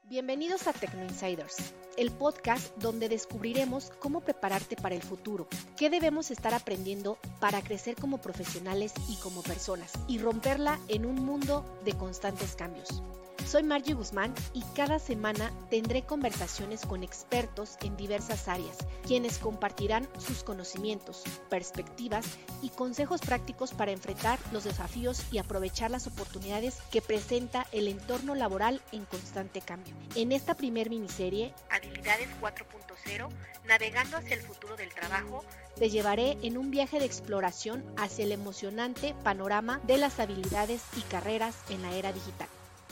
Bienvenidos a Tecno Insiders, el podcast donde descubriremos cómo prepararte para el futuro, qué debemos estar aprendiendo para crecer como profesionales y como personas, y romperla en un mundo de constantes cambios. Soy Margie Guzmán y cada semana tendré conversaciones con expertos en diversas áreas, quienes compartirán sus conocimientos, perspectivas y consejos prácticos para enfrentar los desafíos y aprovechar las oportunidades que presenta el entorno laboral en constante cambio. En esta primer miniserie, Habilidades 4.0, navegando hacia el futuro del trabajo, te llevaré en un viaje de exploración hacia el emocionante panorama de las habilidades y carreras en la era digital.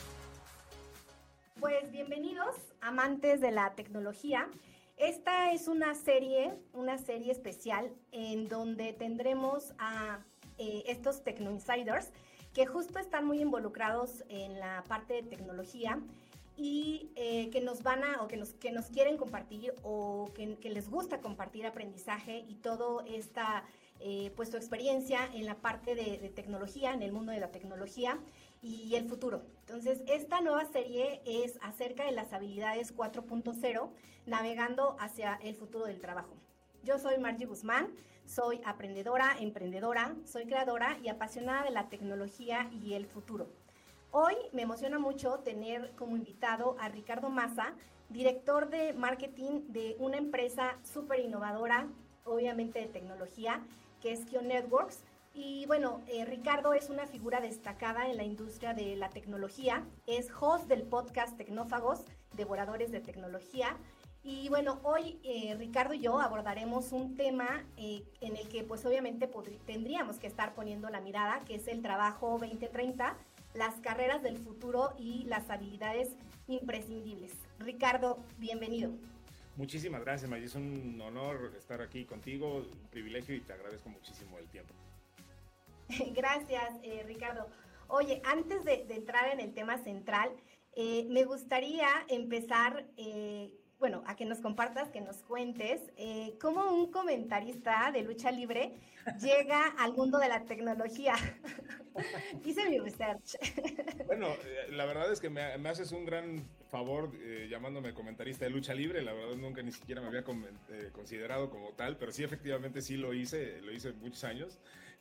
Pues bienvenidos, amantes de la tecnología. Esta es una serie especial en donde tendremos a estos Tecno Insiders que justo están muy involucrados en la parte de tecnología y que nos van a, o que nos quieren compartir o que les gusta compartir aprendizaje y todo esta, pues su experiencia en la parte de tecnología, en el mundo de la tecnología y el futuro. Entonces, esta nueva serie es acerca de las habilidades 4.0, navegando hacia el futuro del trabajo. Yo soy Margie Guzmán, soy aprendedora, emprendedora, soy creadora y apasionada de la tecnología y el futuro. Hoy me emociona mucho tener como invitado a Ricardo Maza, director de marketing de una empresa súper innovadora, obviamente de tecnología, que es Kio Networks. Y bueno, Ricardo es una figura destacada en la industria de la tecnología, es host del podcast Tecnófagos, Devoradores de Tecnología. Y bueno, hoy Ricardo y yo abordaremos un tema en el que pues obviamente tendríamos que estar poniendo la mirada, que es el trabajo 2030, las carreras del futuro y las habilidades imprescindibles. Ricardo, bienvenido. Muchísimas gracias, Maggie. Es un honor estar aquí contigo, un privilegio y te agradezco muchísimo el tiempo. Gracias, Ricardo. Oye, antes de entrar en el tema central, me gustaría empezar, bueno, a que nos compartas, que nos cuentes cómo un comentarista de lucha libre llega al mundo de la tecnología. Hice mi research. Bueno, la verdad es que me haces un gran favor llamándome comentarista de lucha libre. La verdad nunca ni siquiera me había considerado como tal, pero sí, efectivamente sí lo hice muchos años.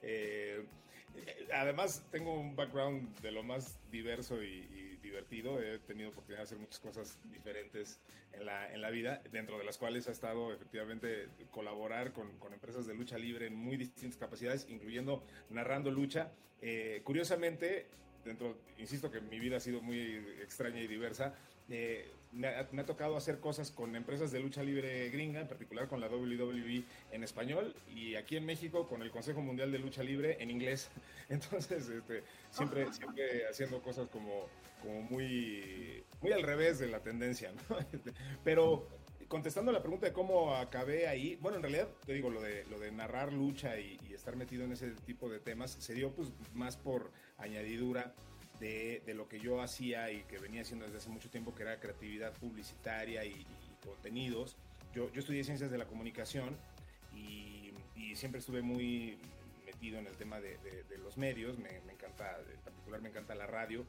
Además tengo un background de lo más diverso y divertido. He tenido oportunidad de hacer muchas cosas diferentes en la vida, dentro de las cuales ha estado efectivamente colaborar con empresas de lucha libre en muy distintas capacidades, incluyendo narrando lucha. Curiosamente, insisto que mi vida ha sido muy extraña y diversa. Me ha tocado hacer cosas con empresas de lucha libre gringa, en particular con la WWE en español, y aquí en México con el Consejo Mundial de Lucha Libre en inglés. Entonces, siempre haciendo cosas como muy al revés de la tendencia, ¿no? Pero contestando la pregunta de cómo acabé ahí, bueno, en realidad te digo, lo de narrar lucha y estar metido en ese tipo de temas se dio pues más por añadidura de lo que yo hacía y que venía haciendo desde hace mucho tiempo, que era creatividad publicitaria y contenidos. Yo estudié ciencias de la comunicación y siempre estuve muy metido en el tema de los medios. Me encanta, en particular me encanta la radio,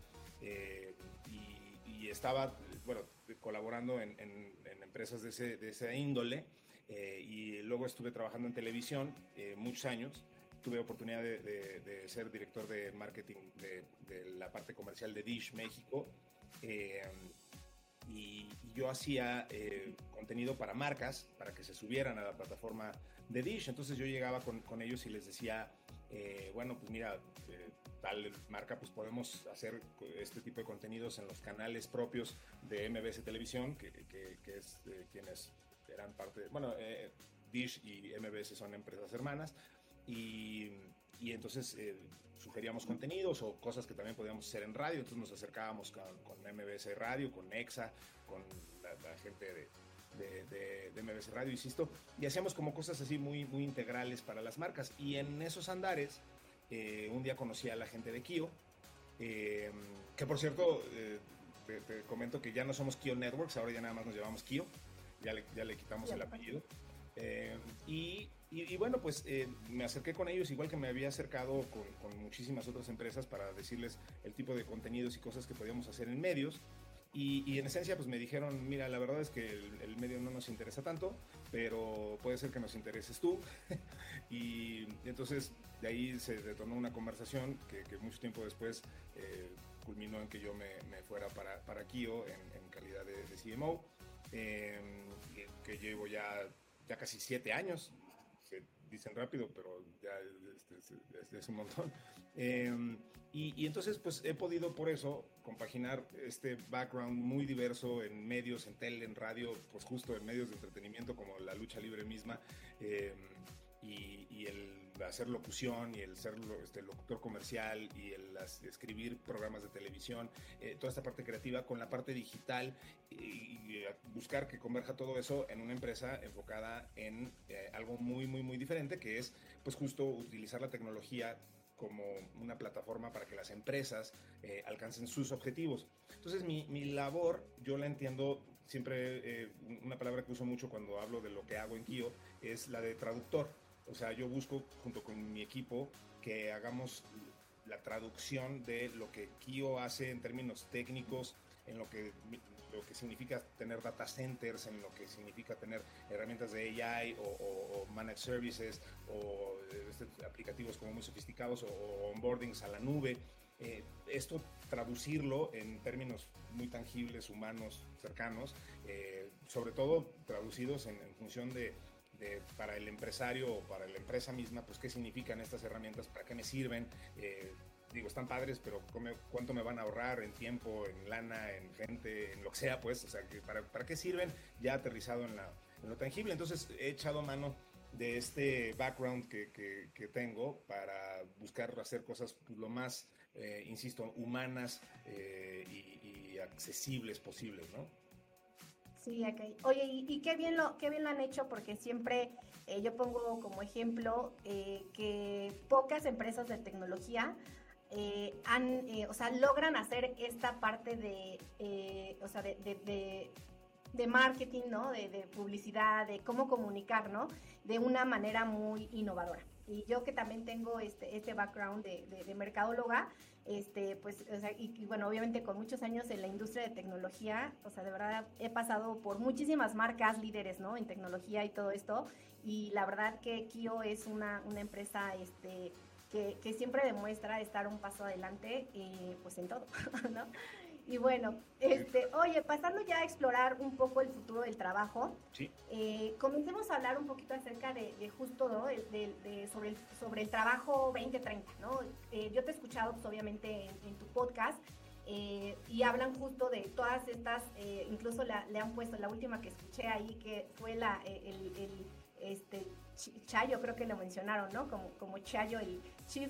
y estaba, bueno, colaborando en empresas de esa índole, y luego estuve trabajando en televisión muchos años. Tuve oportunidad de ser director de marketing de la parte comercial de Dish México, y yo hacía contenido para marcas, para que se subieran a la plataforma de Dish. Entonces yo llegaba con ellos y les decía, bueno, pues mira, tal marca, pues podemos hacer este tipo de contenidos en los canales propios de MBS Televisión, que es quienes eran parte de, bueno, Dish y MBS son empresas hermanas. Y entonces sugeríamos contenidos o cosas que también podíamos hacer en radio. Entonces nos acercábamos con MBS Radio, con EXA, con la gente de MBS Radio, insisto, y hacíamos como cosas así muy integrales para las marcas. Y en esos andares, un día conocí a la gente de Kio, que por cierto, te comento que ya no somos Kio Networks, ahora ya nada más nos llamamos Kio, ya le quitamos el apellido. Y bueno, pues me acerqué con ellos, igual que me había acercado con muchísimas otras empresas, para decirles el tipo de contenidos y cosas que podíamos hacer en medios. Y en esencia, pues me dijeron, mira, la verdad es que el medio no nos interesa tanto, pero puede ser que nos intereses tú. Y entonces de ahí se detonó una conversación que mucho tiempo después culminó en que yo me fuera para Kio en calidad de CMO, que llevo ya casi 7 años. Se dicen rápido, pero ya es un montón. Y entonces pues he podido por eso compaginar este background muy diverso en medios, en tele, en radio, pues justo en medios de entretenimiento como la lucha libre misma, y el hacer locución y el ser locutor comercial y el escribir programas de televisión, toda esta parte creativa con la parte digital, y buscar que converja todo eso en una empresa enfocada en algo muy, muy, muy diferente, que es pues justo utilizar la tecnología como una plataforma para que las empresas alcancen sus objetivos. Entonces mi labor, yo la entiendo siempre, una palabra que uso mucho cuando hablo de lo que hago en Kio es la de traductor. O sea, yo busco junto con mi equipo que hagamos la traducción de lo que Kio hace en términos técnicos, en lo que significa tener data centers, en lo que significa tener herramientas de AI o managed services o aplicativos como muy sofisticados o onboardings a la nube. Esto traducirlo en términos muy tangibles, humanos, cercanos, sobre todo traducidos en función de para el empresario o para la empresa misma, pues qué significan estas herramientas, para qué me sirven. Digo, están padres, pero ¿cuánto me van a ahorrar en tiempo, en lana, en gente, en lo que sea? Pues, o sea, ¿para qué sirven? Ya aterrizado en lo tangible. Entonces he echado mano de este background que tengo para buscar hacer cosas pues, lo más, insisto, humanas y accesibles posibles, ¿no? Sí, ok. Oye, y qué bien lo han hecho, porque siempre yo pongo como ejemplo que pocas empresas de tecnología o sea, logran hacer esta parte o sea, de marketing, ¿no? De publicidad, de cómo comunicar, ¿no? De una manera muy innovadora. Y yo que también tengo este background de mercadóloga, pues, o sea, y bueno, obviamente con muchos años en la industria de tecnología, o sea, de verdad he pasado por muchísimas marcas líderes, ¿no? En tecnología y todo esto, y la verdad que Kio es una empresa, que siempre demuestra estar un paso adelante, pues en todo, ¿no? Y bueno, oye, pasando ya a explorar un poco el futuro del trabajo, Sí. comencemos a hablar un poquito acerca de justo, ¿no? Sobre el trabajo 2030, ¿no? Yo te he escuchado, pues, obviamente, en tu podcast, y hablan justo de todas estas, incluso le han puesto la última que escuché ahí, que fue Chayo, creo que lo mencionaron, ¿no? Como Chayo, el Chief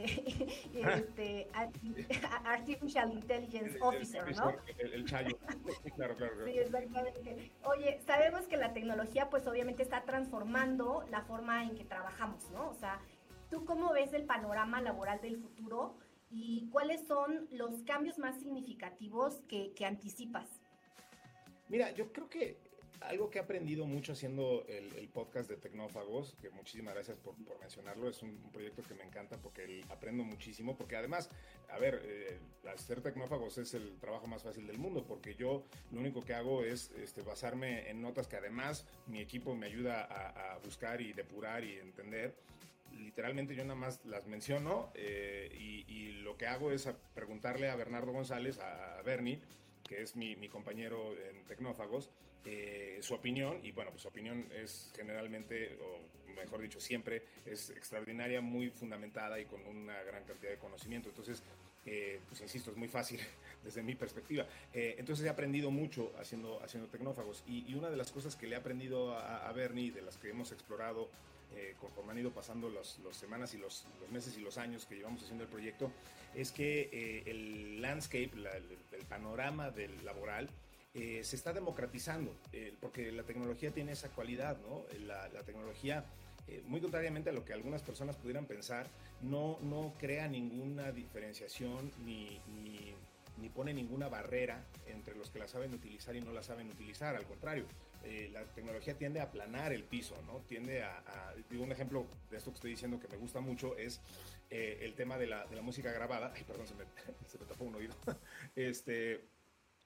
Artificial Intelligence Officer, ¿no? El Chayo. Claro, claro, claro. Sí, exactamente. Oye, sabemos que la tecnología pues obviamente está transformando la forma en que trabajamos, ¿no? O sea, ¿tú cómo ves el panorama laboral del futuro y cuáles son los cambios más significativos que anticipas? Mira, yo creo que algo que he aprendido mucho haciendo el podcast de Tecnófagos, que muchísimas gracias por mencionarlo, es un proyecto que me encanta porque aprendo muchísimo, porque además, a ver, hacer Tecnófagos es el trabajo más fácil del mundo, porque yo lo único que hago es basarme en notas que además mi equipo me ayuda a buscar y depurar y entender. Literalmente yo nada más las menciono, y lo que hago es preguntarle a Bernardo González, a Bernie, que es mi compañero en Tecnófagos, su opinión, y bueno, pues su opinión es generalmente, o mejor dicho, siempre es extraordinaria, muy fundamentada y con una gran cantidad de conocimiento. Entonces, pues insisto, es muy fácil desde mi perspectiva. Entonces he aprendido mucho haciendo Tecnófagos, y una de las cosas que le he aprendido a Bernie, de las que hemos explorado conforme han ido pasando las semanas y los meses y los años que llevamos haciendo el proyecto, es que el landscape, el panorama del laboral, se está democratizando, porque la tecnología tiene esa cualidad, ¿no? La tecnología, muy contrariamente a lo que algunas personas pudieran pensar, no crea ninguna diferenciación ni pone ninguna barrera entre los que la saben utilizar y no la saben utilizar. Al contrario, la tecnología tiende a aplanar el piso, ¿no? Tiende digo, un ejemplo de esto que estoy diciendo que me gusta mucho es el tema de la música grabada. Ay, perdón, se me tapó un oído.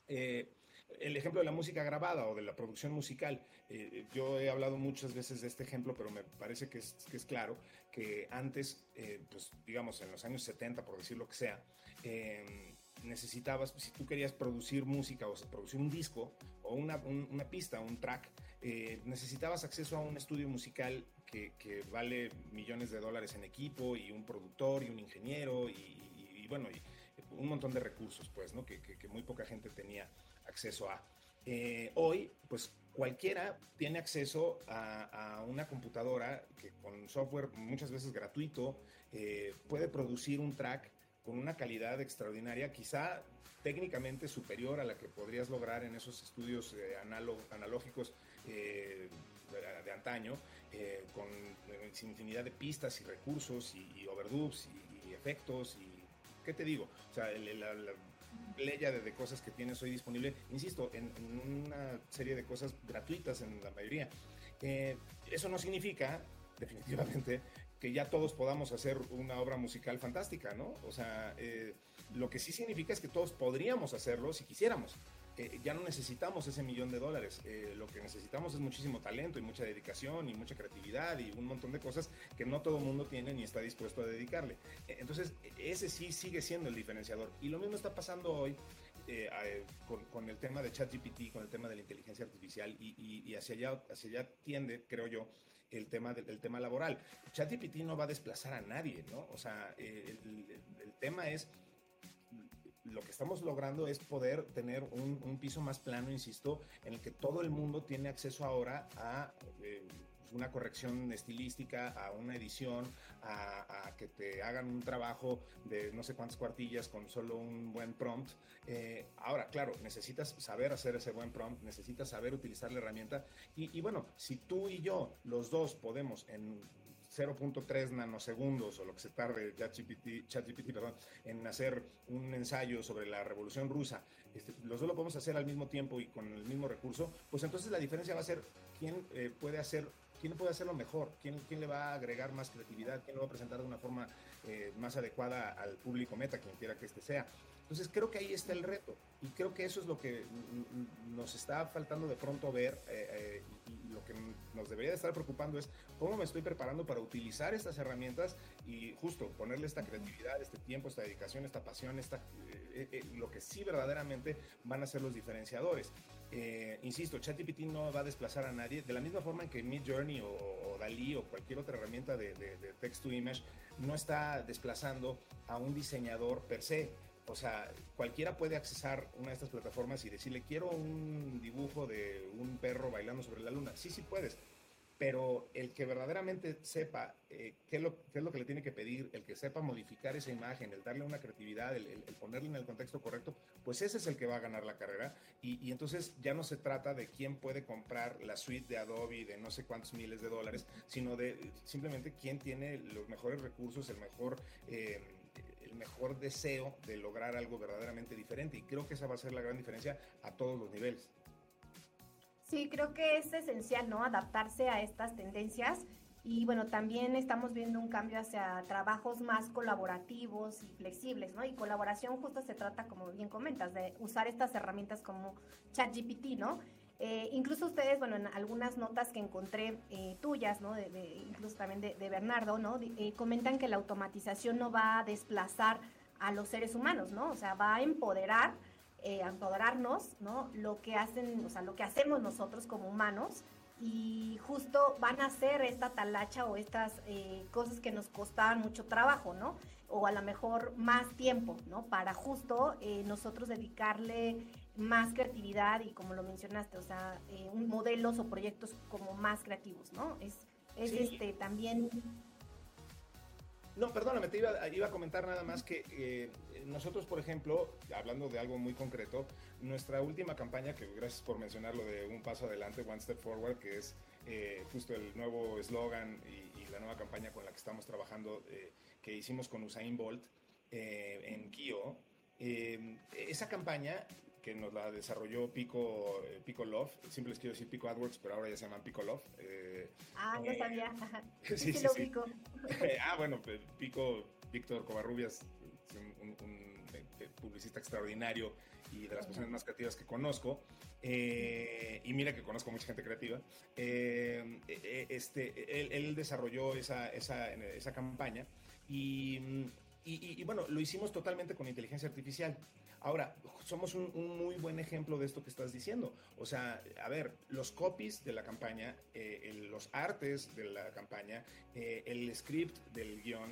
El ejemplo de la música grabada o de la producción musical. Yo he hablado muchas veces de este ejemplo, pero me parece que es claro que antes, pues digamos en los años 70, por decir lo que sea, necesitabas, si tú querías producir música o producir un disco o una pista, un track, necesitabas acceso a un estudio musical que vale millones de dólares en equipo y un productor y un ingeniero y bueno, y un montón de recursos, pues, ¿no? Que muy poca gente tenía acceso a. Hoy, pues cualquiera tiene acceso a una computadora que con software muchas veces gratuito puede producir un track con una calidad extraordinaria, quizá técnicamente superior a la que podrías lograr en esos estudios analógicos de antaño, con infinidad de pistas y recursos y overdubs y efectos y ¿qué te digo? O sea, la playa de cosas que tienes hoy disponible, insisto, en una serie de cosas gratuitas en la mayoría. Eso no significa, definitivamente, que ya todos podamos hacer una obra musical fantástica, ¿no? O sea, lo que sí significa es que todos podríamos hacerlo si quisiéramos. Ya no necesitamos ese $1,000,000. Lo que necesitamos es muchísimo talento y mucha dedicación y mucha creatividad y un montón de cosas que no todo el mundo tiene ni está dispuesto a dedicarle. Entonces, ese sí sigue siendo el diferenciador. Y lo mismo está pasando hoy con el tema de ChatGPT, con el tema de la inteligencia artificial y hacia allá tiende, creo yo, el tema laboral. ChatGPT no va a desplazar a nadie, ¿no? O sea, el tema es lo que estamos logrando es poder tener un piso más plano, insisto, en el que todo el mundo tiene acceso ahora a una corrección estilística, a una edición, a que te hagan un trabajo de no sé cuántas cuartillas con solo un buen prompt. Ahora, claro, necesitas saber hacer ese buen prompt, necesitas saber utilizar la herramienta y bueno, si tú y yo, los dos, podemos en 0.3 nanosegundos o lo que se tarde ChatGPT, perdón, en hacer un ensayo sobre la Revolución Rusa, los dos lo podemos hacer al mismo tiempo y con el mismo recurso, pues entonces la diferencia va a ser quién puede hacerlo mejor, quién le va a agregar más creatividad, quién lo va a presentar de una forma más adecuada al público meta, quien quiera que sea. Entonces creo que ahí está el reto y creo que eso es lo que nos está faltando de pronto ver y lo que nos debería de estar preocupando es cómo me estoy preparando para utilizar estas herramientas y justo ponerle esta creatividad, este tiempo, esta dedicación, esta pasión, lo que sí verdaderamente van a ser los diferenciadores. Insisto, ChatGPT no va a desplazar a nadie, de la misma forma en que Midjourney o Dalí o cualquier otra herramienta de text to image no está desplazando a un diseñador per se. O sea, cualquiera puede accesar una de estas plataformas y decirle, quiero un dibujo de un perro bailando sobre la luna. Sí puedes, pero el que verdaderamente sepa qué es lo que le tiene que pedir, el que sepa modificar esa imagen, el darle una creatividad, el ponerle en el contexto correcto, pues ese es el que va a ganar la carrera. Y entonces ya no se trata de quién puede comprar la suite de Adobe de no sé cuántos miles de dólares, sino de simplemente quién tiene los mejores recursos, el mejor deseo de lograr algo verdaderamente diferente. Y creo que esa va a ser la gran diferencia a todos los niveles. Sí, creo que es esencial, ¿no? Adaptarse a estas tendencias y bueno, también estamos viendo un cambio hacia trabajos más colaborativos y flexibles, ¿no? Y colaboración justo se trata, como bien comentas, de usar estas herramientas como ChatGPT, ¿no? Incluso ustedes, bueno, en algunas notas que encontré tuyas, ¿no? Incluso también de Bernardo, ¿no? Comentan que la automatización no va a desplazar a los seres humanos, ¿no? O sea, va a empoderarnos, ¿no? Lo que hacen, o sea, lo que hacemos nosotros como humanos y justo van a hacer esta talacha o estas cosas que nos costaban mucho trabajo, ¿no? O a lo mejor más tiempo, ¿no? Para justo nosotros dedicarle más creatividad y como lo mencionaste, o sea, modelos o proyectos como más creativos, ¿no? Sí. También... No, perdóname, iba a comentar nada más que nosotros, por ejemplo, hablando de algo muy concreto, nuestra última campaña, que gracias por mencionarlo de un paso adelante, one step forward, que es justo el nuevo eslogan y la nueva campaña con la que estamos trabajando, que hicimos con Usain Bolt en Kio. Esa campaña que nos la desarrolló Pico Love, siempre les quiero decir Pico AdWords, pero ahora ya se llaman Pico Love. No sabía. Sí, lo ubico. Bueno, Pico, Víctor Covarrubias, un publicista extraordinario y de las personas más creativas que conozco. Y mira que conozco mucha gente creativa. Él desarrolló esa campaña y bueno, lo hicimos totalmente con inteligencia artificial. Ahora, somos un muy buen ejemplo de esto que estás diciendo. O sea, a ver, los copies de la campaña, los artes de la campaña, el script del guión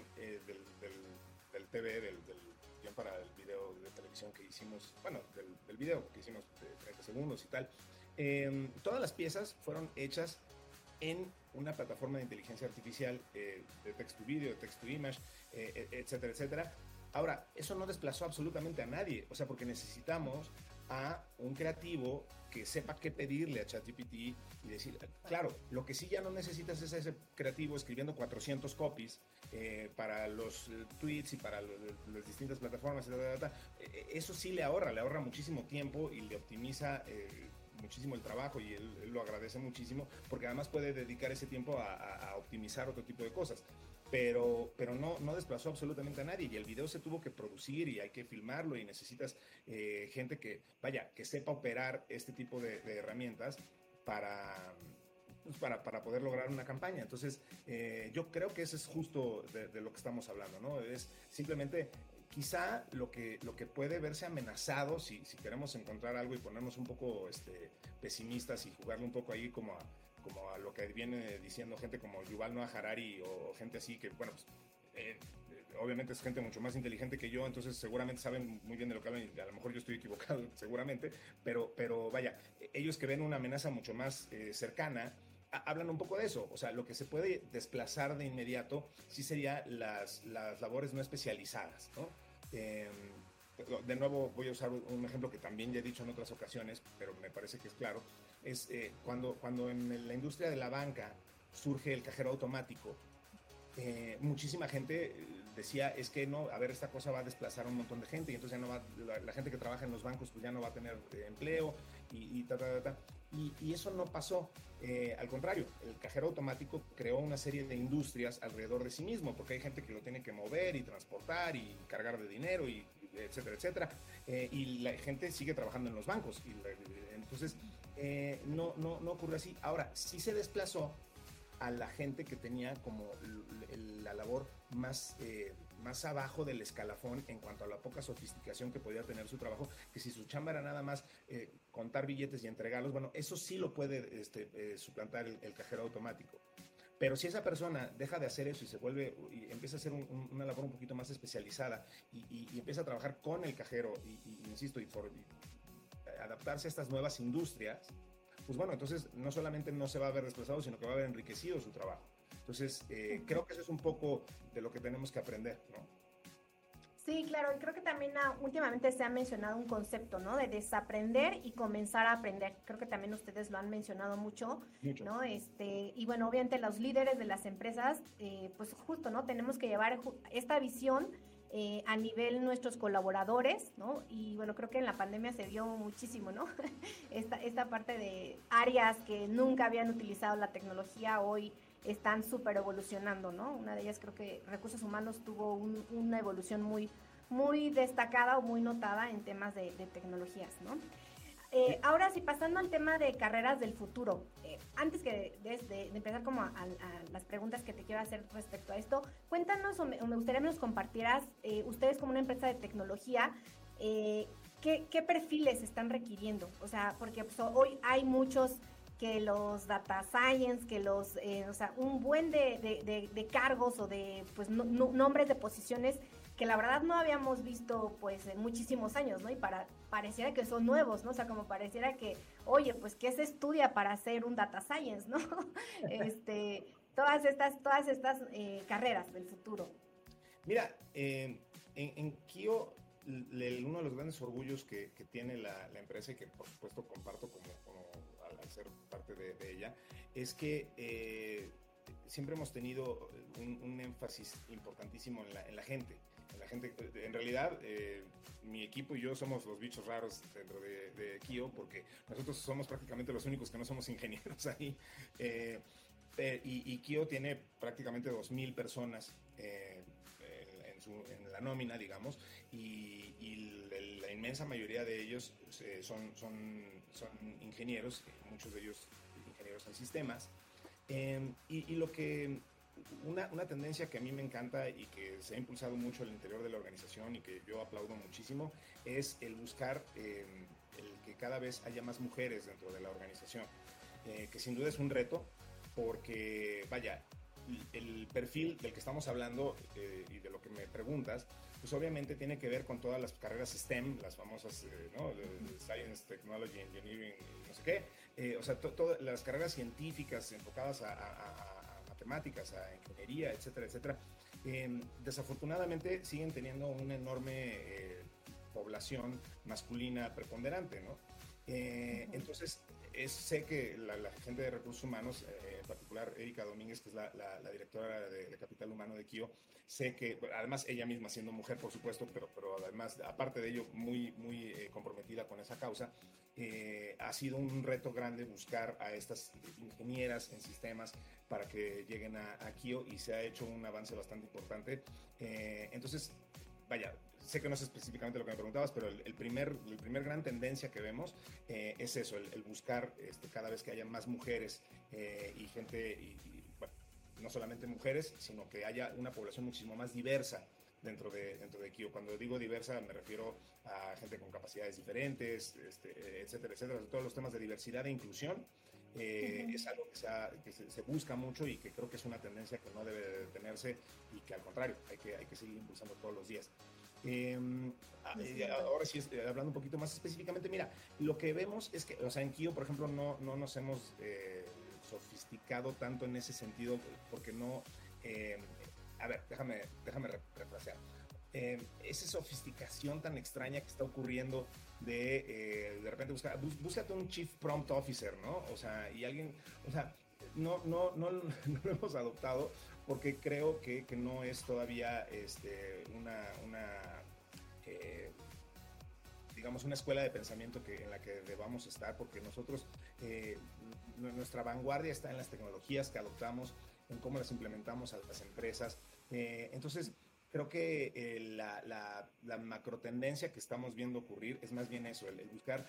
del TV, del guión para el video de televisión que hicimos, bueno, del video que hicimos de 30 segundos y tal. Todas las piezas fueron hechas en una plataforma de inteligencia artificial, de text to video, de text to image, etcétera, etcétera. Ahora, eso no desplazó absolutamente a nadie, o sea, porque necesitamos a un creativo que sepa qué pedirle a ChatGPT y decir, claro, lo que sí ya no necesitas es ese creativo escribiendo 400 copies para los tweets y para las distintas plataformas, eso sí le ahorra muchísimo tiempo y le optimiza muchísimo el trabajo, y él lo agradece muchísimo porque además puede dedicar ese tiempo a optimizar otro tipo de cosas. Pero no desplazó absolutamente a nadie, y el video se tuvo que producir y hay que filmarlo, y necesitas gente que sepa operar este tipo de herramientas para poder lograr una campaña. Entonces, yo creo que eso es justo de lo que estamos hablando, ¿no? Es simplemente quizá lo que puede verse amenazado, si queremos encontrar algo y ponernos un poco pesimistas y jugarle un poco ahí como a lo que viene diciendo gente como Yuval Noah Harari o gente así que, bueno, pues, obviamente es gente mucho más inteligente que yo, entonces seguramente saben muy bien de lo que hablan, y a lo mejor yo estoy equivocado seguramente, pero vaya, ellos que ven una amenaza mucho más cercana, hablan un poco de eso. O sea, lo que se puede desplazar de inmediato sí sería las labores no especializadas, ¿no? De nuevo voy a usar un ejemplo que también ya he dicho en otras ocasiones, pero me parece que es claro. Es cuando en la industria de la banca surge el cajero automático, muchísima gente decía, es que no, a ver, esta cosa va a desplazar a un montón de gente, y entonces ya no va, la gente que trabaja en los bancos pues ya no va a tener empleo y eso no pasó. Al contrario, el cajero automático creó una serie de industrias alrededor de sí mismo, porque hay gente que lo tiene que mover y transportar y cargar de dinero y etcétera, etcétera, y la gente sigue trabajando en los bancos, entonces no ocurre así. Ahora, sí se desplazó a la gente que tenía como la labor más abajo del escalafón en cuanto a la poca sofisticación que podía tener su trabajo, que si su chamba era nada más contar billetes y entregarlos, bueno, eso sí lo puede suplantar el cajero automático. Pero si esa persona deja de hacer eso y se vuelve y empieza a hacer una labor un poquito más especializada y empieza a trabajar con el cajero insisto, y adaptarse a estas nuevas industrias, pues bueno, entonces no solamente no se va a ver desplazado, sino que va a haber enriquecido su trabajo. Entonces, creo que eso es un poco de lo que tenemos que aprender, ¿no? Sí, claro, y creo que también últimamente se ha mencionado un concepto, ¿no? De desaprender y comenzar a aprender. Creo que también ustedes lo han mencionado mucho, ¿no? Y bueno, obviamente los líderes de las empresas, pues justo, ¿no? Tenemos que llevar esta visión a nivel nuestros colaboradores, ¿no? Y bueno, creo que en la pandemia se vio muchísimo, ¿no? esta parte de áreas que nunca habían utilizado la tecnología hoy están súper evolucionando, ¿no? Una de ellas creo que recursos humanos tuvo una evolución muy, muy destacada o muy notada en temas de tecnologías, ¿no? Ahora sí, pasando al tema de carreras del futuro, antes que de empezar como a las preguntas que te quiero hacer respecto a esto, cuéntanos o me gustaría que nos compartieras, ustedes como una empresa de tecnología, ¿qué perfiles están requiriendo? O sea, porque pues, hoy hay muchos que los data science, que los, o sea, un buen de cargos o de pues nombres de posiciones que la verdad no habíamos visto pues en muchísimos años, ¿no? Y pareciera que son nuevos, ¿no? O sea, como pareciera que, oye, pues ¿qué se estudia para hacer un data science, ¿no? Todas estas carreras del futuro. Mira, en Kio, uno de los grandes orgullos que tiene la empresa, y que por supuesto comparto como al ser parte de ella, es que siempre hemos tenido un énfasis importantísimo en la gente. En realidad, mi equipo y yo somos los bichos raros dentro de Kio, porque nosotros somos prácticamente los únicos que no somos ingenieros ahí. Y Kio tiene prácticamente 2,000 personas en la nómina, digamos, y la inmensa mayoría de ellos son ingenieros, muchos de ellos ingenieros en sistemas. Y lo que una tendencia que a mí me encanta y que se ha impulsado mucho al interior de la organización y que yo aplaudo muchísimo es el buscar el que cada vez haya más mujeres dentro de la organización, que sin duda es un reto porque, vaya, el perfil del que estamos hablando y de lo que me preguntas, pues obviamente tiene que ver con todas las carreras STEM, las famosas, ¿no? Science, Technology, Engineering, no sé qué, o sea, todas las carreras científicas enfocadas a matemáticas, a ingeniería, etcétera, etcétera. Desafortunadamente siguen teniendo una enorme población masculina preponderante, ¿no? Entonces, sé que la gente de recursos humanos, en particular Erika Domínguez, que es la directora de Capital Humano de Kio, sé que, además ella misma siendo mujer, por supuesto, pero además, aparte de ello, muy, muy comprometida con esa causa, ha sido un reto grande buscar a estas ingenieras en sistemas para que lleguen a Kio y se ha hecho un avance bastante importante. Entonces, vaya, sé que no es específicamente lo que me preguntabas, pero el primer gran tendencia que vemos es eso, el buscar cada vez que haya más mujeres y gente, bueno, no solamente mujeres, sino que haya una población muchísimo más diversa dentro de Kio. Cuando digo diversa me refiero a gente con capacidades diferentes, etcétera, etcétera. Todos los temas de diversidad e inclusión es algo que se busca mucho y que creo que es una tendencia que no debe detenerse y que al contrario hay que seguir impulsando todos los días. Ahora sí, hablando un poquito más específicamente, mira, lo que vemos es que, o sea, en Kio, por ejemplo, no nos hemos sofisticado tanto en ese sentido, porque no, a ver, déjame refrasear. Esa sofisticación tan extraña que está ocurriendo de repente búscate un Chief Prompt Officer, ¿no? O sea, y alguien, o sea, no lo hemos adoptado porque creo que no es todavía digamos, una escuela de pensamiento en la que debamos estar, porque nosotros, nuestra vanguardia está en las tecnologías que adoptamos, en cómo las implementamos a las empresas. Entonces, creo que la macro tendencia que estamos viendo ocurrir es más bien eso, el buscar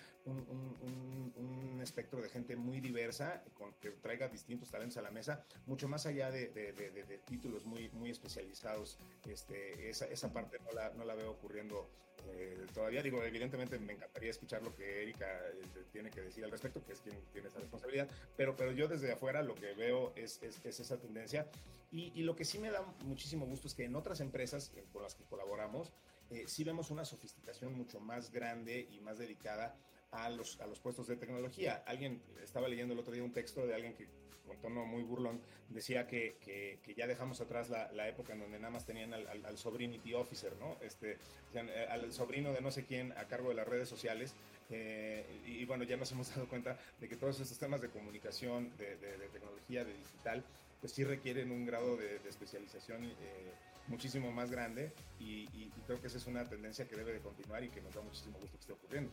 un espectro de gente muy diversa, que traiga distintos talentos a la mesa, mucho más allá de títulos muy, muy especializados. Esa parte no la veo ocurriendo todavía. Digo, evidentemente me encantaría escuchar lo que Erika tiene que decir al respecto, que es quien tiene esa responsabilidad, pero yo desde afuera lo que veo es esa tendencia. Y lo que sí me da muchísimo gusto es que en otras empresas con las que colaboramos, sí vemos una sofisticación mucho más grande y más dedicada a los puestos de tecnología. Alguien estaba leyendo el otro día un texto de alguien que con tono muy burlón decía que ya dejamos atrás la época en donde nada más tenían al sobrinity officer, ¿no? Al sobrino de no sé quién a cargo de las redes sociales. Y bueno, ya nos hemos dado cuenta de que todos estos temas de comunicación, de tecnología, de digital, pues sí requieren un grado de especialización muchísimo más grande y creo que esa es una tendencia que debe de continuar y que nos da muchísimo gusto que esté ocurriendo.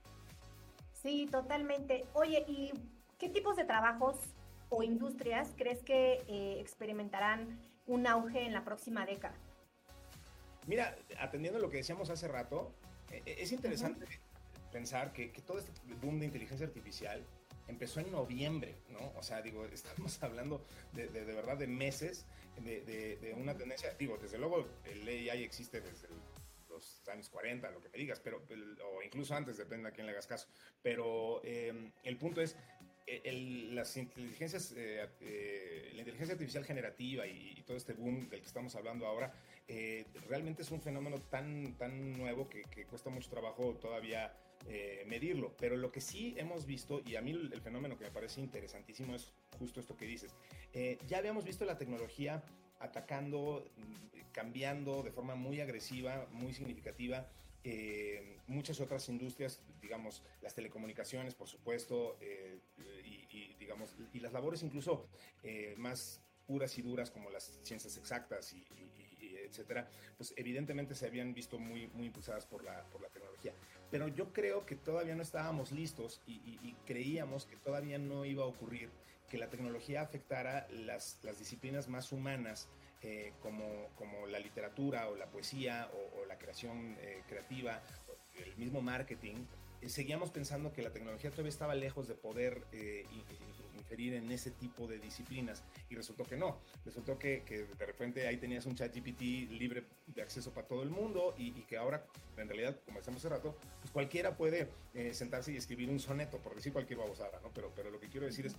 Sí, totalmente. Oye, ¿y qué tipos de trabajos o industrias crees que experimentarán un auge en la próxima década? Mira, atendiendo lo que decíamos hace rato, es interesante pensar que todo este boom de inteligencia artificial empezó en noviembre, ¿no? O sea, digo, estamos hablando de verdad de meses de una tendencia. Digo, desde luego el AI existe desde los años 40, lo que me digas, o incluso antes, depende a quién le hagas caso. Pero el punto es, las inteligencias, la inteligencia artificial generativa y todo este boom del que estamos hablando ahora, realmente es un fenómeno tan nuevo que cuesta mucho trabajo todavía medirlo. Pero lo que sí hemos visto, y a mí el fenómeno que me parece interesantísimo es justo esto que dices. Ya habíamos visto la tecnología atacando, cambiando de forma muy agresiva, muy significativa, muchas otras industrias, digamos, las telecomunicaciones, por supuesto, digamos, y las labores incluso más puras y duras como las ciencias exactas y etcétera, pues evidentemente se habían visto muy, muy impulsadas por la tecnología. Pero yo creo que todavía no estábamos listos y creíamos que todavía no iba a ocurrir que la tecnología afectara las disciplinas más humanas, como la literatura o la poesía o la creación creativa, el mismo marketing, seguíamos pensando que la tecnología todavía estaba lejos de poder inferir en ese tipo de disciplinas, y resultó que no. Resultó que de repente ahí tenías un ChatGPT libre de acceso para todo el mundo, y que ahora, en realidad, como decíamos hace rato, pues cualquiera puede sentarse y escribir un soneto, por decir cualquier babosada, ¿no? Pero lo que quiero decir es,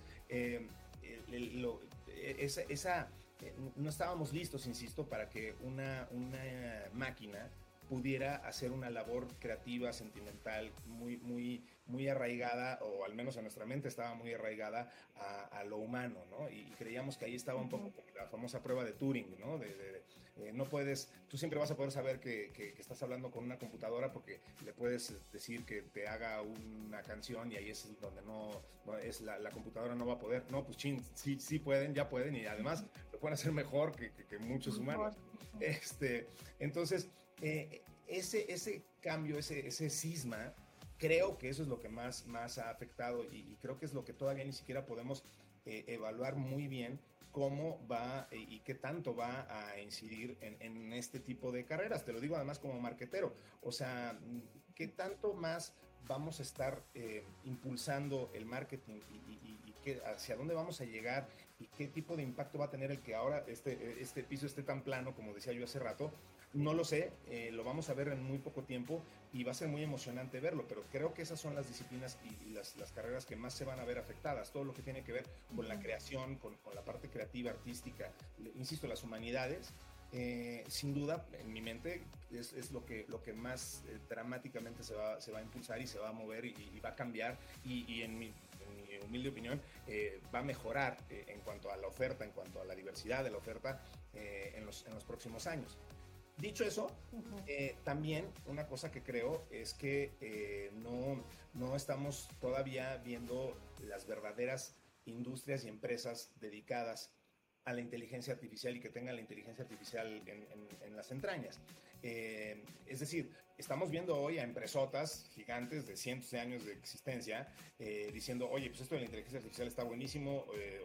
no estábamos listos, insisto, para que una máquina pudiera hacer una labor creativa, sentimental, muy arraigada, o al menos en nuestra mente estaba muy arraigada a lo humano, ¿no? Y creíamos que ahí estaba un poco la famosa prueba de Turing, ¿no? No puedes, tú siempre vas a poder saber que estás hablando con una computadora porque le puedes decir que te haga una canción, y ahí es donde la computadora no va a poder. No, pues sí pueden, ya pueden, y además lo pueden hacer mejor que muchos humanos. Entonces, ese cambio, ese cisma, creo que eso es lo que más ha afectado, y creo que es lo que todavía ni siquiera podemos evaluar muy bien cómo va y qué tanto va a incidir en este tipo de carreras. Te lo digo además como marquetero, o sea, qué tanto más vamos a estar impulsando el marketing, y hacia dónde vamos a llegar, y qué tipo de impacto va a tener el que ahora este piso esté tan plano, como decía yo hace rato. No lo sé, lo vamos a ver en muy poco tiempo, y va a ser muy emocionante verlo, pero creo que esas son las disciplinas y las carreras que más se van a ver afectadas. Todo lo que tiene que ver con la creación, con la parte creativa, artística, insisto, las humanidades, sin duda, en mi mente, es lo que más dramáticamente se va a impulsar, y se va a mover, y va a cambiar, y en mi humilde opinión, va a mejorar en cuanto a la oferta, en cuanto a la diversidad de la oferta en los próximos años. Dicho eso, también una cosa que creo es que no estamos todavía viendo las verdaderas industrias y empresas dedicadas a la inteligencia artificial, y que tengan la inteligencia artificial en las entrañas. Es decir, estamos viendo hoy a empresotas gigantes de cientos de años de existencia diciendo, oye, pues esto de la inteligencia artificial está buenísimo,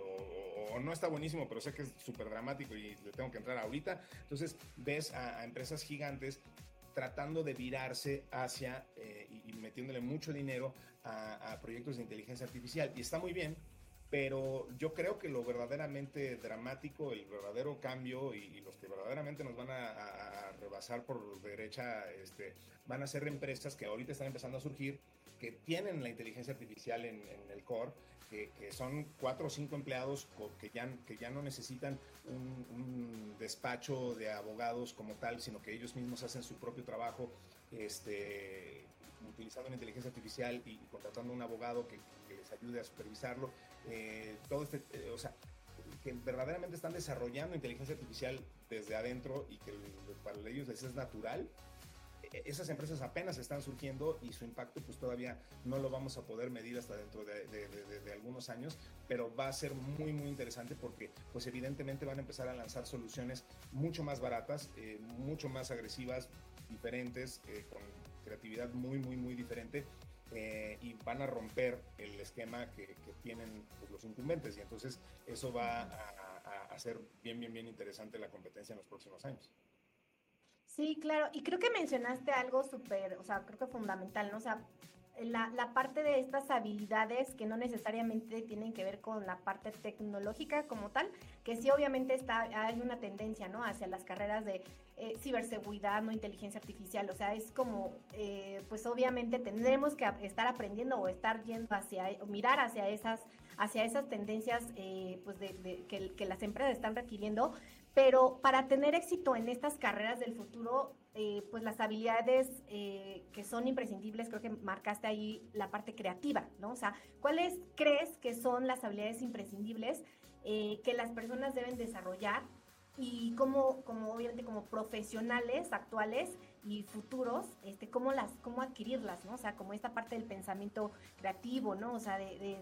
o no está buenísimo, pero sé que es súper dramático y le tengo que entrar ahorita. Entonces ves a empresas gigantes tratando de virarse hacia y metiéndole mucho dinero a proyectos de inteligencia artificial, y está muy bien. Pero yo creo que lo verdaderamente dramático, el verdadero cambio, y los que verdaderamente nos van a rebasar por derecha, van a ser empresas que ahorita están empezando a surgir, que tienen la inteligencia artificial en el core, que son 4 o 5 empleados que ya no necesitan un despacho de abogados como tal, sino que ellos mismos hacen su propio trabajo, utilizando la inteligencia artificial y contratando un abogado que les ayude a supervisarlo. O sea, que verdaderamente están desarrollando inteligencia artificial desde adentro, y que para ellos les es natural. Esas empresas apenas están surgiendo, y su impacto pues todavía no lo vamos a poder medir hasta dentro de algunos años, pero va a ser muy interesante, porque pues evidentemente van a empezar a lanzar soluciones mucho más baratas, mucho más agresivas, diferentes, con creatividad muy diferente, y van a romper el esquema que tienen pues, los incumbentes, y entonces eso va a hacer bien interesante la competencia en los próximos años. Sí, claro, y creo que mencionaste algo súper, o sea, creo que fundamental, ¿no? O sea, la parte de estas habilidades que no necesariamente tienen que ver con la parte tecnológica como tal, que sí obviamente hay una tendencia, ¿no? Hacia las carreras de ciberseguridad, no inteligencia artificial, o sea, es como, pues obviamente tendremos que estar aprendiendo o estar yendo o mirar hacia esas tendencias, pues que las empresas están requiriendo. Pero para tener éxito en estas carreras del futuro, pues las habilidades que son imprescindibles, creo que marcaste ahí la parte creativa, ¿no? O sea, ¿cuáles crees que son las habilidades imprescindibles que las personas deben desarrollar, y cómo obviamente como profesionales actuales y futuros, cómo adquirirlas, ¿no? O sea, como esta parte del pensamiento creativo, ¿no? O sea,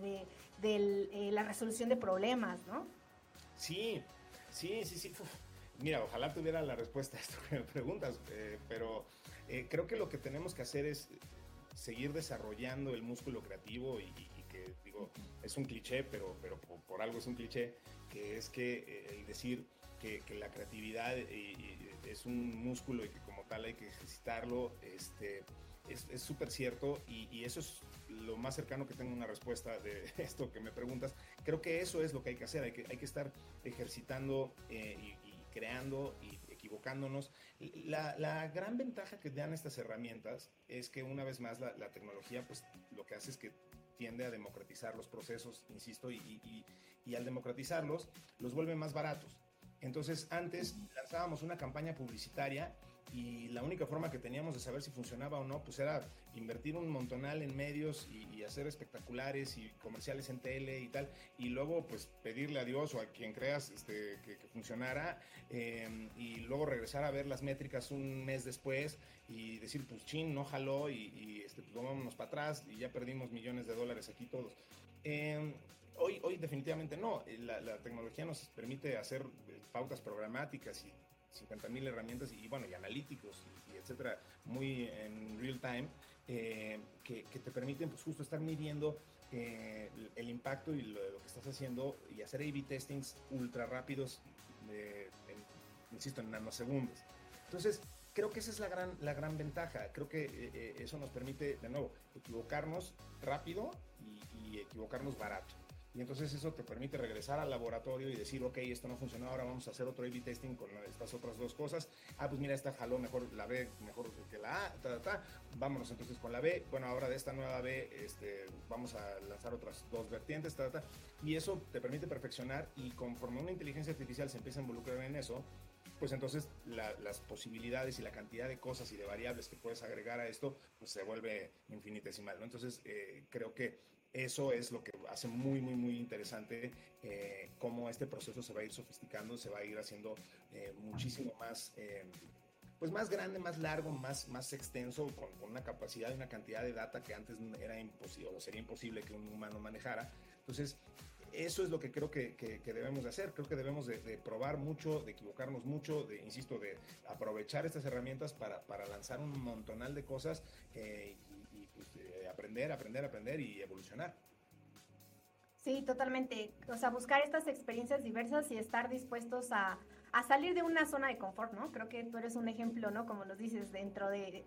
de la resolución de problemas, ¿no? Sí. Uf. Mira, ojalá tuviera la respuesta a esto que me preguntas, pero creo que lo que tenemos que hacer es seguir desarrollando el músculo creativo, y que, digo, es un cliché, pero por algo es un cliché, que es que el decir que la creatividad es un músculo, y que como tal hay que ejercitarlo, es súper cierto y eso es lo más cercano que tengo a una respuesta de esto que me preguntas. Creo que eso es lo que hay que hacer, hay que estar ejercitando y creando y equivocándonos. La gran ventaja que dan estas herramientas es que una vez más la tecnología pues lo que hace es que tiende a democratizar los procesos, insisto, y al democratizarlos los vuelve más baratos. Entonces antes lanzábamos una campaña publicitaria y la única forma que teníamos de saber si funcionaba o no, pues era invertir un montonal en medios y hacer espectaculares y comerciales en tele y tal, y luego pues pedirle a Dios o a quien creas que funcionara, y luego regresar a ver las métricas un mes después y decir pues chin, no jaló pues vámonos para atrás y ya perdimos millones de dólares aquí todos. Hoy definitivamente no, la tecnología nos permite hacer pautas programáticas y 50,000 herramientas y bueno, y analíticos y etcétera, muy en real time, que te permiten pues justo estar midiendo el impacto y lo que estás haciendo y hacer A/B testings ultra rápidos, insisto, en nanosegundos. Entonces, creo que esa es la gran ventaja. Creo que eso nos permite, de nuevo, equivocarnos rápido y equivocarnos barato. Y entonces eso te permite regresar al laboratorio y decir, ok, esto no funcionó, ahora vamos a hacer otro A/B testing con estas otras dos cosas. Pues mira, esta jaló mejor, la B mejor que la A, vámonos entonces con la B. Bueno, ahora de esta nueva B vamos a lanzar otras dos vertientes, y eso te permite perfeccionar, y conforme una inteligencia artificial se empieza a involucrar en eso, pues entonces las posibilidades y la cantidad de cosas y de variables que puedes agregar a esto, pues se vuelve infinitesimal, ¿no? Entonces, creo que eso es lo que hace muy, muy, muy interesante cómo este proceso se va a ir sofisticando, se va a ir haciendo muchísimo más, pues más grande, más largo, más extenso, con una capacidad y una cantidad de data que antes era imposible o sería imposible que un humano manejara. Entonces, eso es lo que creo que debemos de hacer. Creo que debemos de probar mucho, de equivocarnos mucho, insisto, de aprovechar estas herramientas para lanzar un montonal de cosas y pues, aprender y evolucionar. Sí, totalmente. O sea, buscar estas experiencias diversas y estar dispuestos a salir de una zona de confort, ¿no? Creo que tú eres un ejemplo, ¿no? Como nos dices, dentro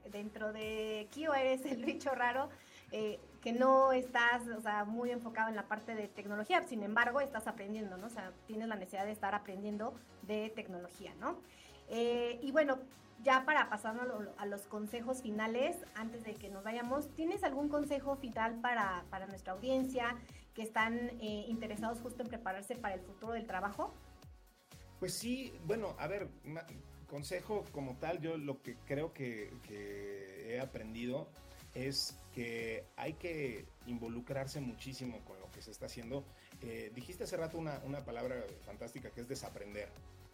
de Kio eres el bicho raro, que no estás, o sea, muy enfocado en la parte de tecnología, sin embargo, estás aprendiendo, ¿no? O sea, tienes la necesidad de estar aprendiendo de tecnología, ¿no? Y bueno, ya para pasarnos a los consejos finales, antes de que nos vayamos, ¿tienes algún consejo final para nuestra audiencia que están interesados justo en prepararse para el futuro del trabajo? Pues sí, bueno, a ver, consejo como tal, yo lo que creo que he aprendido es que hay que involucrarse muchísimo con lo que se está haciendo. Dijiste hace rato una palabra fantástica que es desaprender.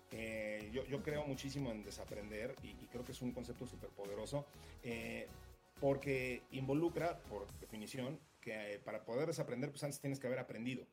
Yo creo muchísimo en desaprender y creo que es un concepto súper poderoso, porque involucra, por definición, que para poder desaprender, pues antes tienes que haber aprendido.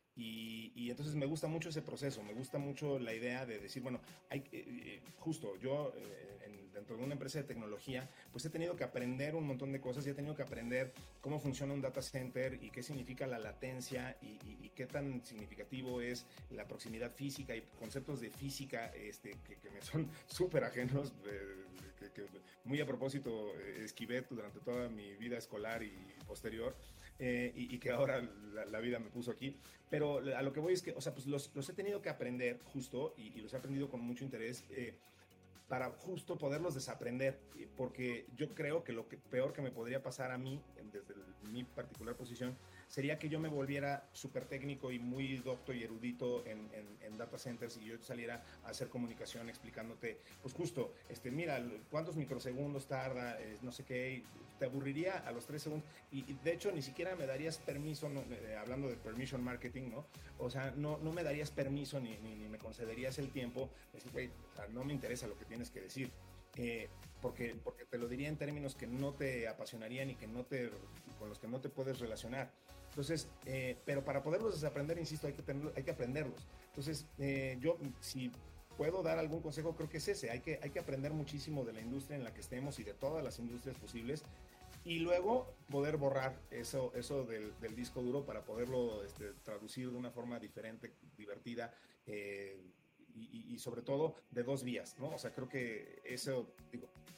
Y entonces me gusta mucho ese proceso, me gusta mucho la idea de decir, bueno, justo yo dentro de una empresa de tecnología, pues he tenido que aprender un montón de cosas y he tenido que aprender cómo funciona un data center y qué significa la latencia y qué tan significativo es la proximidad física y conceptos de física que me son súper ajenos, que muy a propósito esquivé durante toda mi vida escolar y posterior. Y que ahora la vida me puso aquí. Pero a lo que voy es que, o sea, pues los he tenido que aprender justo y los he aprendido con mucho interés para justo poderlos desaprender, porque yo creo que lo peor que me podría pasar a mí, desde mi particular posición, sería que yo me volviera súper técnico y muy docto y erudito en data centers y yo saliera a hacer comunicación explicándote, pues justo, mira, cuántos microsegundos tarda, no sé qué, te aburriría a los 3 segundos y de hecho ni siquiera me darías permiso, no, hablando de permission marketing, ¿no? O sea, no me darías permiso ni me concederías el tiempo, decir, güey, o sea, no me interesa lo que tienes que decir. Porque te lo diría en términos que no te apasionarían y con los que no te puedes relacionar. Entonces, pero para poderlos desaprender, insisto, hay que aprenderlos. Entonces, yo, si puedo dar algún consejo, creo que es ese. Hay que aprender muchísimo de la industria en la que estemos y de todas las industrias posibles. Y luego poder borrar eso del disco duro para poderlo traducir de una forma diferente, divertida, y sobre todo de dos vías, ¿no? O sea, creo que eso, digo,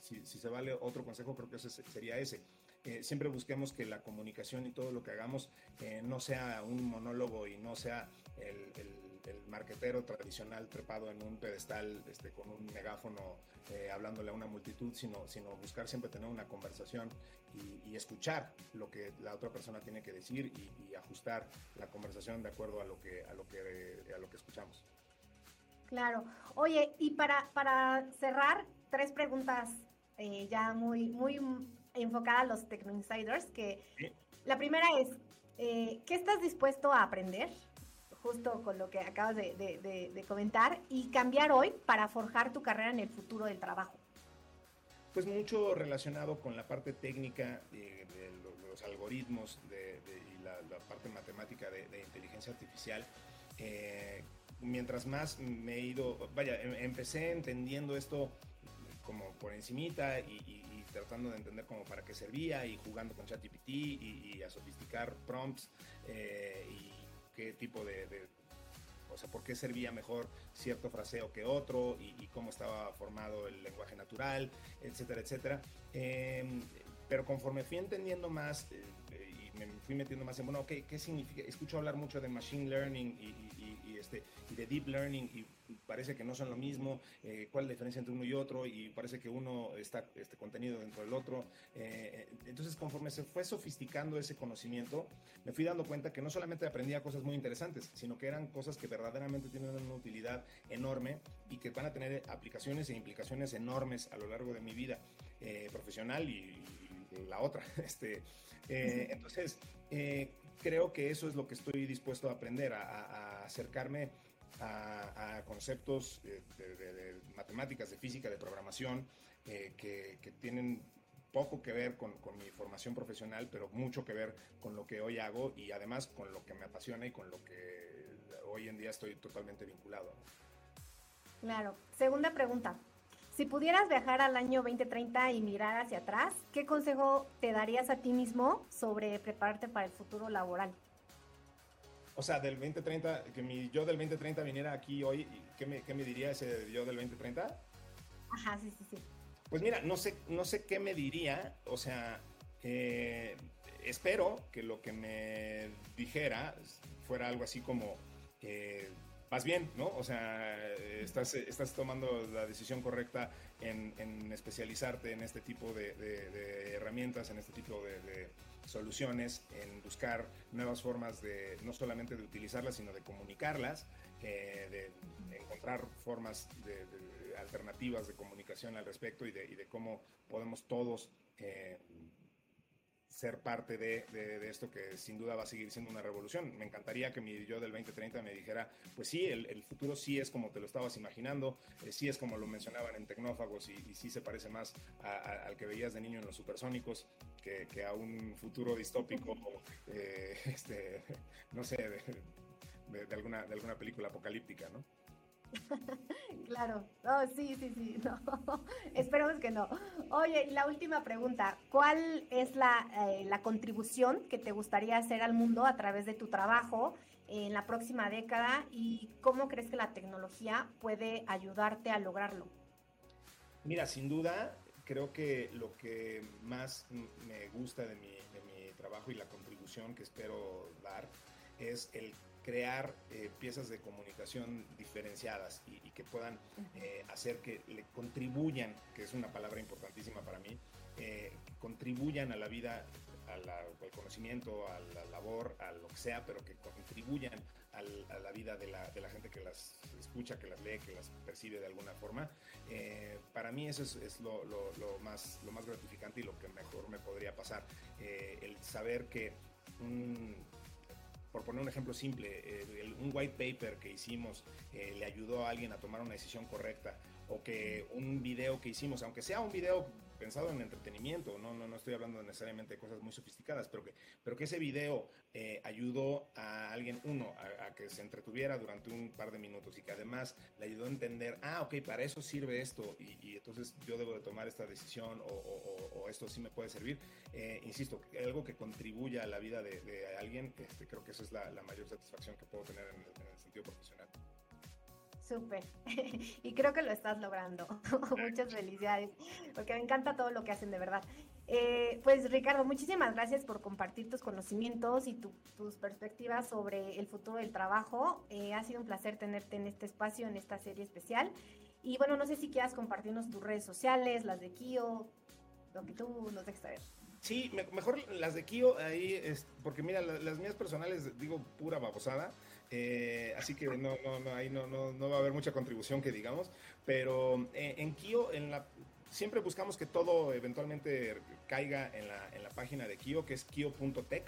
si se vale otro consejo, creo que ese sería ese. Siempre busquemos que la comunicación y todo lo que hagamos no sea un monólogo y no sea el marquetero tradicional trepado en un pedestal con un megáfono hablándole a una multitud, sino buscar siempre tener una conversación y escuchar lo que la otra persona tiene que decir y ajustar la conversación de acuerdo a lo que escuchamos. Claro. Oye, y para cerrar, 3 preguntas ya muy enfocadas a los Tecno Insiders, que ¿Sí? la primera es, ¿qué estás dispuesto a aprender? Justo con lo que acabas de comentar, y cambiar hoy para forjar tu carrera en el futuro del trabajo. Pues mucho relacionado con la parte técnica de los algoritmos y la parte matemática de inteligencia artificial. Mientras más me he ido, empecé entendiendo esto como por encimita y tratando de entender como para qué servía y jugando con ChatGPT y a sofisticar prompts y qué tipo o sea, por qué servía mejor cierto fraseo que otro y cómo estaba formado el lenguaje natural, etcétera, etcétera. Pero conforme fui entendiendo más y me fui metiendo más en, bueno, okay, ¿qué significa? Escucho hablar mucho de machine learning y de deep learning y parece que no son lo mismo, cuál es la diferencia entre uno y otro, y parece que uno está contenido dentro del otro. Entonces, conforme se fue sofisticando ese conocimiento, me fui dando cuenta que no solamente aprendía cosas muy interesantes, sino que eran cosas que verdaderamente tienen una utilidad enorme y que van a tener aplicaciones e implicaciones enormes a lo largo de mi vida profesional y la otra. Entonces, creo que eso es lo que estoy dispuesto a aprender, a acercarme a conceptos de matemáticas, de física, de programación, que tienen poco que ver con mi formación profesional, pero mucho que ver con lo que hoy hago y además con lo que me apasiona y con lo que hoy en día estoy totalmente vinculado. Claro. Segunda pregunta. Si pudieras viajar al año 2030 y mirar hacia atrás, ¿qué consejo te darías a ti mismo sobre prepararte para el futuro laboral? O sea, del 2030, que mi yo del 2030 viniera aquí hoy, ¿qué me diría ese yo del 2030? Ajá, sí, sí, sí. Pues mira, no sé qué me diría, o sea, espero que lo que me dijera fuera algo así como, vas bien, ¿no? O sea, estás tomando la decisión correcta en especializarte en este tipo de herramientas, en este tipo de soluciones, en buscar nuevas formas no solamente de utilizarlas, sino de comunicarlas, de encontrar formas alternativas de comunicación al respecto y de cómo podemos todos ser parte de esto que sin duda va a seguir siendo una revolución. Me encantaría que mi yo del 2030 me dijera, pues sí, el futuro sí es como te lo estabas imaginando, sí es como lo mencionaban en Tecnófagos y sí se parece más al que veías de niño en los supersónicos que a un futuro distópico, no sé, de alguna película apocalíptica, ¿no? Claro. Oh, sí, sí, sí. No. Esperemos que no. Oye, y la última pregunta. ¿Cuál es la contribución que te gustaría hacer al mundo a través de tu trabajo en la próxima década y cómo crees que la tecnología puede ayudarte a lograrlo? Mira, sin duda, creo que lo que más me gusta de mi trabajo y la contribución que espero dar es el crear piezas de comunicación diferenciadas y que puedan hacer que le contribuyan, que es una palabra importantísima para mí, que contribuyan a la vida, al conocimiento, a la labor, a lo que sea, pero que contribuyan a la vida de la gente que las escucha, que las lee, que las percibe de alguna forma. Para mí eso es lo más gratificante y lo que mejor me podría pasar. El saber que por poner un ejemplo simple, un white paper que hicimos le ayudó a alguien a tomar una decisión correcta, o que un video que hicimos, aunque sea un video pensado en entretenimiento, no estoy hablando necesariamente de cosas muy sofisticadas, pero que ese video ayudó a alguien, a que se entretuviera durante un par de minutos y que además le ayudó a entender, ok, para eso sirve esto y entonces yo debo de tomar esta decisión o esto sí me puede servir. Insisto, algo que contribuya a la vida de alguien, creo que eso es la mayor satisfacción que puedo tener en el sentido profesional. Súper. Y creo que lo estás logrando. Muchas felicidades, porque me encanta todo lo que hacen, de verdad. Pues Ricardo, muchísimas gracias por compartir tus conocimientos y tus perspectivas sobre el futuro del trabajo. Ha sido un placer tenerte en este espacio, en esta serie especial. Y bueno, no sé si quieras compartirnos tus redes sociales, las de Kio, lo que tú nos dejes saber. Sí, mejor las de Kio, ahí, porque mira, las mías personales, digo, pura babosada, así que ahí no va a haber mucha contribución que digamos, pero en Kio, siempre buscamos que todo eventualmente caiga en la página de Kio, que es kio.tech.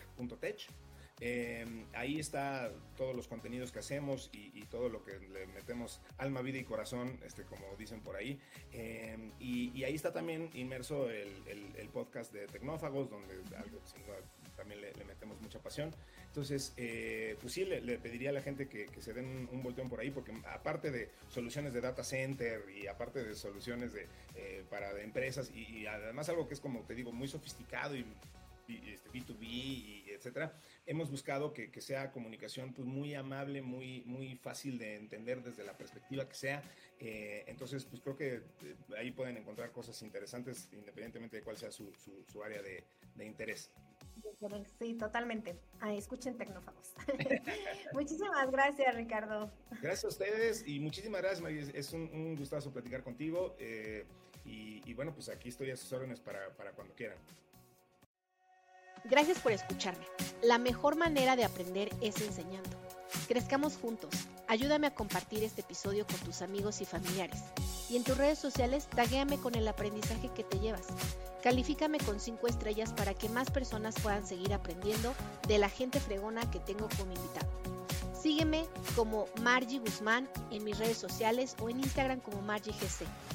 Ahí está todos los contenidos que hacemos y todo lo que le metemos alma, vida y corazón, como dicen por ahí. Y ahí está también inmerso el podcast de Tecnófagos, donde también le metemos mucha pasión. Entonces, pues sí, le pediría a la gente que se den un volteón por ahí, porque aparte de soluciones de data center y aparte de soluciones para empresas y además algo que es, como te digo, muy sofisticado y B2B y etcétera, hemos buscado que sea comunicación pues muy amable, muy fácil de entender desde la perspectiva que sea. Entonces, pues creo que ahí pueden encontrar cosas interesantes independientemente de cuál sea su área de interés. Sí, totalmente. Escuchen Tecnófagos. Muchísimas gracias, Ricardo. Gracias a ustedes y muchísimas gracias, María. Es un gustazo platicar contigo. Y bueno, pues aquí estoy a sus órdenes para cuando quieran. Gracias por escucharme. La mejor manera de aprender es enseñando. Crezcamos juntos. Ayúdame a compartir este episodio con tus amigos y familiares. Y en tus redes sociales, taguéame con el aprendizaje que te llevas. Califícame con 5 estrellas para que más personas puedan seguir aprendiendo de la gente fregona que tengo como invitado. Sígueme como Margie Guzmán en mis redes sociales o en Instagram como MargieGC.